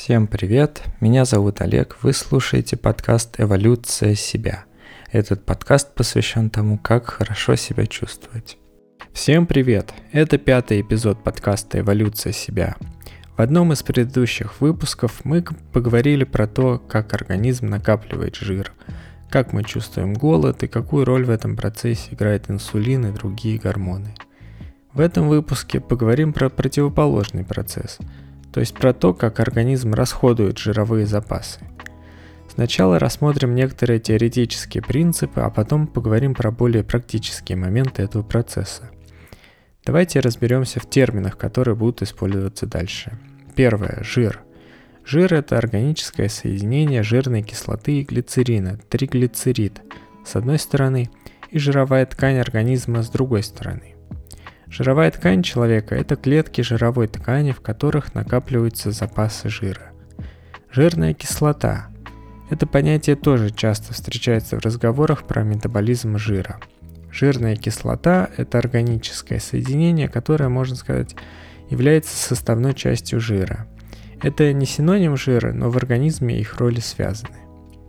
Всем привет, меня зовут Олег, вы слушаете подкаст «Эволюция себя». Этот подкаст посвящен тому, как хорошо себя чувствовать. Всем привет, это 5-й эпизод подкаста «Эволюция себя». В одном из предыдущих выпусков мы поговорили про то, как организм накапливает жир, как мы чувствуем голод и какую роль в этом процессе играет инсулин и другие гормоны. В этом выпуске поговорим про противоположный процесс – то есть про то, как организм расходует жировые запасы. Сначала рассмотрим некоторые теоретические принципы, а потом поговорим про более практические моменты этого процесса. Давайте разберемся в терминах, которые будут использоваться дальше. Первое – жир. Жир – это органическое соединение жирной кислоты и глицерина, триглицерид, с одной стороны, и жировая ткань организма с другой стороны. Жировая ткань человека – это клетки жировой ткани, в которых накапливаются запасы жира. Жирная кислота – это понятие тоже часто встречается в разговорах про метаболизм жира. Жирная кислота – это органическое соединение, которое, можно сказать, является составной частью жира. Это не синоним жира, но в организме их роли связаны.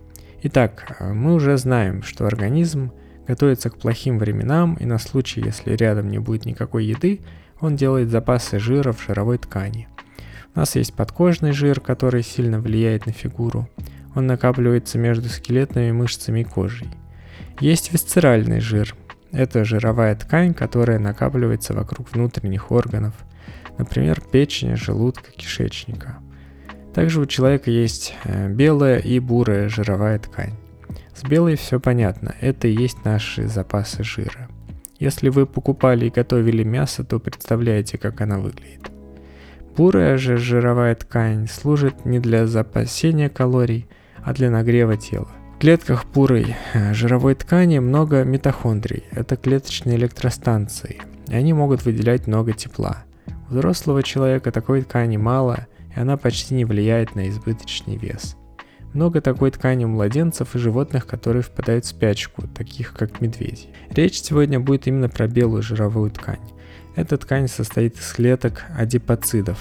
Итак, мы уже знаем, что организм готовится к плохим временам, и на случай, если рядом не будет никакой еды, он делает запасы жира в жировой ткани. У нас есть подкожный жир, который сильно влияет на фигуру. Он накапливается между скелетными мышцами и кожей. Есть висцеральный жир. Это жировая ткань, которая накапливается вокруг внутренних органов, например, печени, желудка, кишечника. Также у человека есть белая и бурая жировая ткань. С белой все понятно, это и есть наши запасы жира. Если вы покупали и готовили мясо, то представляете, как она выглядит. Бурая же жировая ткань служит не для запасения калорий, а для нагрева тела. В клетках бурой жировой ткани много митохондрий, это клеточные электростанции, и они могут выделять много тепла. У взрослого человека такой ткани мало, и она почти не влияет на избыточный вес. Много такой ткани у младенцев и животных, которые впадают в спячку, таких как медведи. Речь сегодня будет именно про белую жировую ткань. Эта ткань состоит из клеток адипоцитов.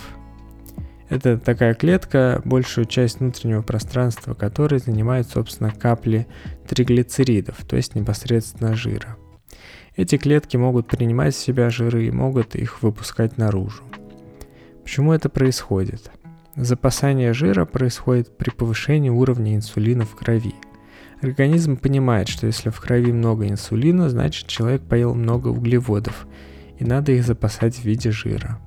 Это такая клетка, большую часть внутреннего пространства которой занимают, собственно, капли триглицеридов, то есть непосредственно жира. Эти клетки могут принимать в себя жиры и могут их выпускать наружу. Почему это происходит? Запасание жира происходит при повышении уровня инсулина в крови. Организм понимает, что если в крови много инсулина, значит человек поел много углеводов, и надо их запасать в виде жира.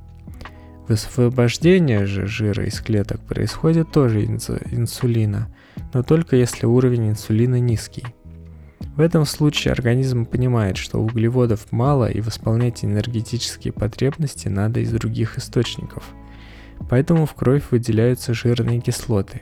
Высвобождение же жира из клеток происходит тоже из инсулина, но только если уровень инсулина низкий. В этом случае организм понимает, что углеводов мало и восполнять энергетические потребности надо из других источников. Поэтому в кровь выделяются жирные кислоты.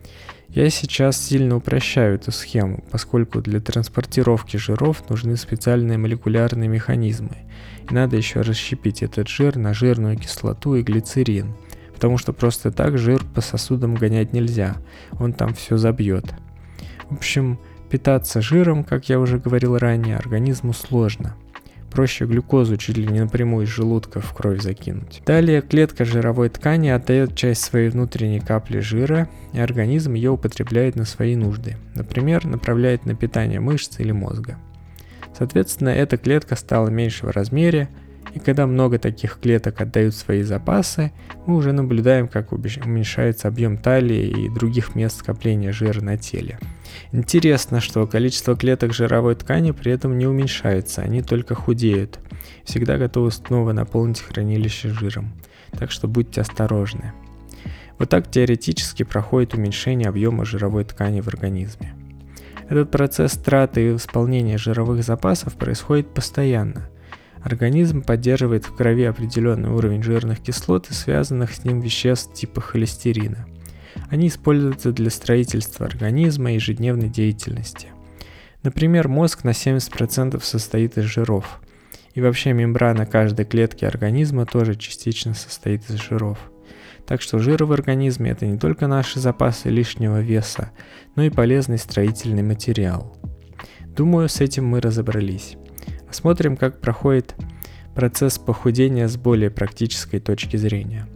Я сейчас сильно упрощаю эту схему, поскольку для транспортировки жиров нужны специальные молекулярные механизмы, и надо еще расщепить этот жир на жирную кислоту и глицерин, потому что просто так жир по сосудам гонять нельзя, он там все забьет. В общем, питаться жиром, как я уже говорил ранее, организму сложно. Проще глюкозу чуть ли не напрямую из желудка в кровь закинуть. Далее клетка жировой ткани отдает часть своей внутренней капли жира, и организм ее употребляет на свои нужды. Например, направляет на питание мышц или мозга. Соответственно, эта клетка стала меньше в размере, и когда много таких клеток отдают свои запасы, мы уже наблюдаем, как уменьшается объем талии и других мест скопления жира на теле. Интересно, что количество клеток жировой ткани при этом не уменьшается, они только худеют. Всегда готовы снова наполнить хранилище жиром, так что будьте осторожны. Вот так теоретически проходит уменьшение объема жировой ткани в организме. Этот процесс траты и восполнения жировых запасов происходит постоянно. Организм поддерживает в крови определенный уровень жирных кислот и связанных с ним веществ типа холестерина. Они используются для строительства организма и ежедневной деятельности. Например, мозг на 70% состоит из жиров. И вообще мембрана каждой клетки организма тоже частично состоит из жиров. Так что жир в организме – это не только наши запасы лишнего веса, но и полезный строительный материал. Думаю, с этим мы разобрались. Посмотрим, как проходит процесс похудения с более практической точки зрения.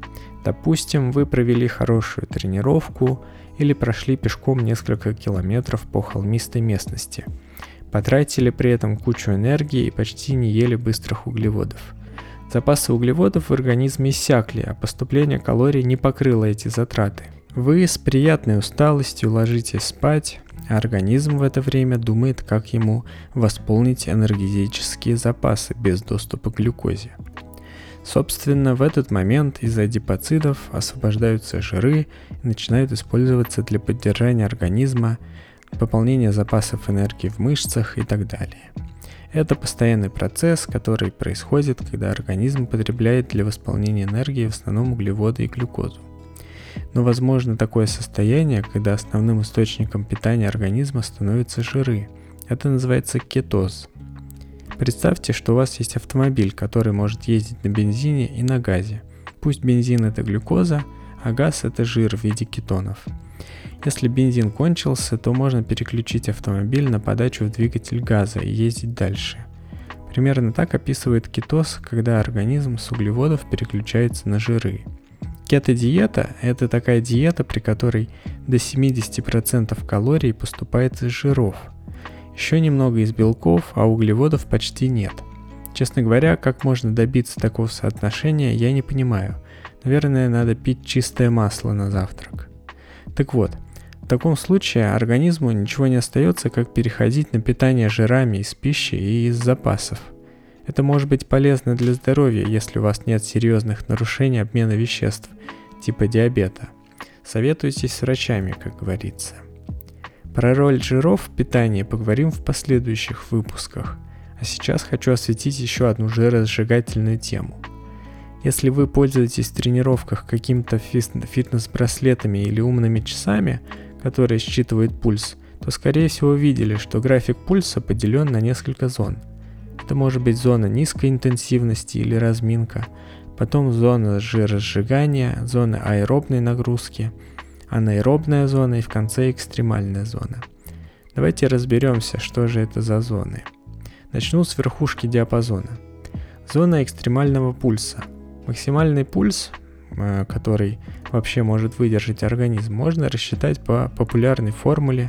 Допустим, вы провели хорошую тренировку или прошли пешком несколько километров по холмистой местности. Потратили при этом кучу энергии и почти не ели быстрых углеводов. Запасы углеводов в организме иссякли, а поступление калорий не покрыло эти затраты. Вы с приятной усталостью ложитесь спать, а организм в это время думает, как ему восполнить энергетические запасы без доступа к глюкозе. Собственно, в этот момент из адипоцитов освобождаются жиры и начинают использоваться для поддержания организма, пополнения запасов энергии в мышцах и так далее. Это постоянный процесс, который происходит, когда организм потребляет для восполнения энергии в основном углеводы и глюкозу. Но возможно такое состояние, когда основным источником питания организма становятся жиры. Это называется кетоз. Представьте, что у вас есть автомобиль, который может ездить на бензине и на газе. Пусть бензин – это глюкоза, а газ – это жир в виде кетонов. Если бензин кончился, то можно переключить автомобиль на подачу в двигатель газа и ездить дальше. Примерно так описывает кетоз, когда организм с углеводов переключается на жиры. Кето-диета – это такая диета, при которой до 70% калорий поступает из жиров. Еще немного из белков, а углеводов почти нет. Честно говоря, как можно добиться такого соотношения, я не понимаю. Наверное, надо пить чистое масло на завтрак. Так вот, в таком случае организму ничего не остается, как переходить на питание жирами из пищи и из запасов. Это может быть полезно для здоровья, если у вас нет серьезных нарушений обмена веществ, типа диабета. Советуйтесь с врачами, как говорится. Про роль жиров в питании поговорим в последующих выпусках, а сейчас хочу осветить еще одну жиросжигательную тему. Если вы пользуетесь в тренировках какими-то фитнес-браслетами или умными часами, которые считывают пульс, то скорее всего видели, что график пульса поделен на несколько зон. Это может быть зона низкой интенсивности или разминка, потом зона жиросжигания, зона аэробной нагрузки, анаэробная зона и в конце экстремальная зона. Давайте разберемся, что же это за зоны. Начну с верхушки диапазона. Зона экстремального пульса. Максимальный пульс, который вообще может выдержать организм, можно рассчитать по популярной формуле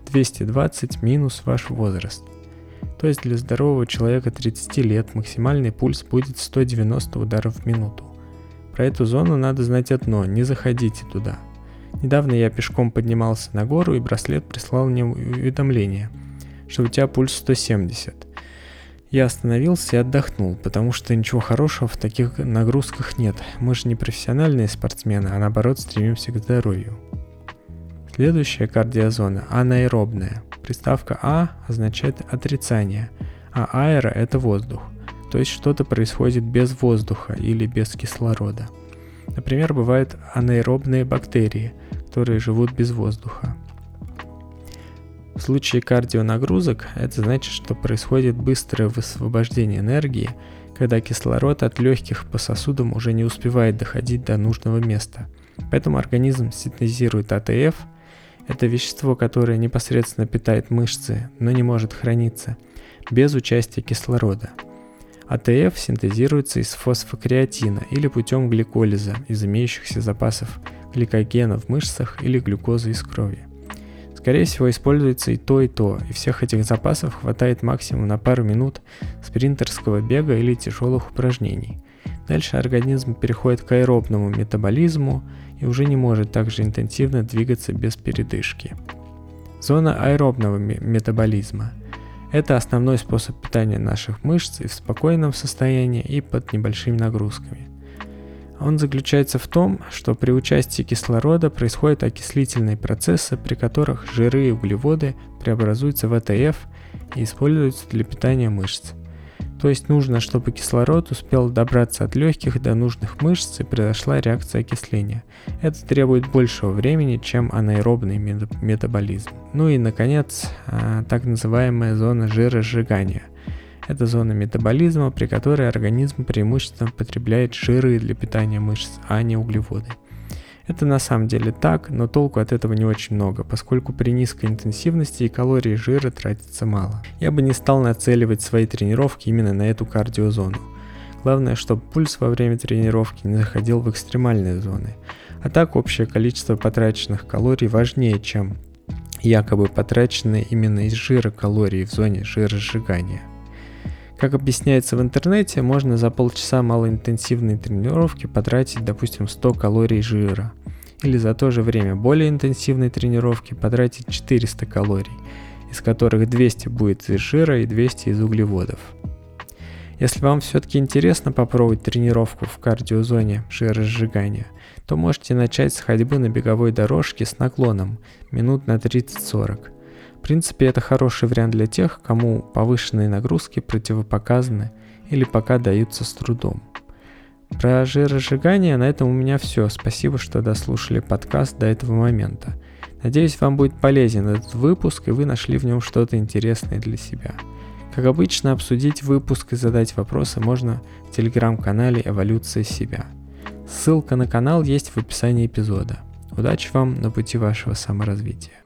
220 минус ваш возраст. То есть для здорового человека 30 лет максимальный пульс будет 190 ударов в минуту. Про эту зону надо знать одно – не заходите туда. Недавно я пешком поднимался на гору, и браслет прислал мне уведомление, что у тебя пульс 170. Я остановился и отдохнул, потому что ничего хорошего в таких нагрузках нет. Мы же не профессиональные спортсмены, а наоборот стремимся к здоровью. Следующая кардиозона – анаэробная. Приставка «а» означает отрицание, а аэро – это воздух. То есть что-то происходит без воздуха или без кислорода. Например, бывают анаэробные бактерии, которые живут без воздуха. В случае кардионагрузок это значит, что происходит быстрое высвобождение энергии, когда кислород от легких по сосудам уже не успевает доходить до нужного места. Поэтому организм синтезирует АТФ, это вещество, которое непосредственно питает мышцы, но не может храниться, без участия кислорода. АТФ синтезируется из фосфокреатина или путем гликолиза из имеющихся запасов гликогена в мышцах или глюкозы из крови. Скорее всего, используется и то, и всех этих запасов хватает максимум на пару минут спринтерского бега или тяжелых упражнений. Дальше организм переходит к аэробному метаболизму и уже не может так же интенсивно двигаться без передышки. Зона аэробного метаболизма – это основной способ питания наших мышц и в спокойном состоянии, и под небольшими нагрузками. Он заключается в том, что при участии кислорода происходят окислительные процессы, при которых жиры и углеводы преобразуются в АТФ и используются для питания мышц. То есть нужно, чтобы кислород успел добраться от легких до нужных мышц и произошла реакция окисления. Это требует большего времени, чем анаэробный метаболизм. Ну и, наконец, так называемая зона жиросжигания. Это зона метаболизма, при которой организм преимущественно потребляет жиры для питания мышц, а не углеводы. Это на самом деле так, но толку от этого не очень много, поскольку при низкой интенсивности и калорий жира тратится мало. Я бы не стал нацеливать свои тренировки именно на эту кардиозону. Главное, чтобы пульс во время тренировки не заходил в экстремальные зоны. А так общее количество потраченных калорий важнее, чем якобы потраченные именно из жира калории в зоне жиросжигания. Как объясняется в интернете, можно за полчаса малоинтенсивной тренировки потратить, допустим, 100 калорий жира. Или за то же время более интенсивной тренировки потратить 400 калорий, из которых 200 будет из жира и 200 из углеводов. Если вам все-таки интересно попробовать тренировку в кардиозоне жиросжигания, то можете начать с ходьбы на беговой дорожке с наклоном минут на 30-40. В принципе, это хороший вариант для тех, кому повышенные нагрузки противопоказаны или пока даются с трудом. Про жиросжигание на этом у меня все. Спасибо, что дослушали подкаст до этого момента. Надеюсь, вам будет полезен этот выпуск, и вы нашли в нем что-то интересное для себя. Как обычно, обсудить выпуск и задать вопросы можно в телеграм-канале «Эволюция себя». Ссылка на канал есть в описании эпизода. Удачи вам на пути вашего саморазвития.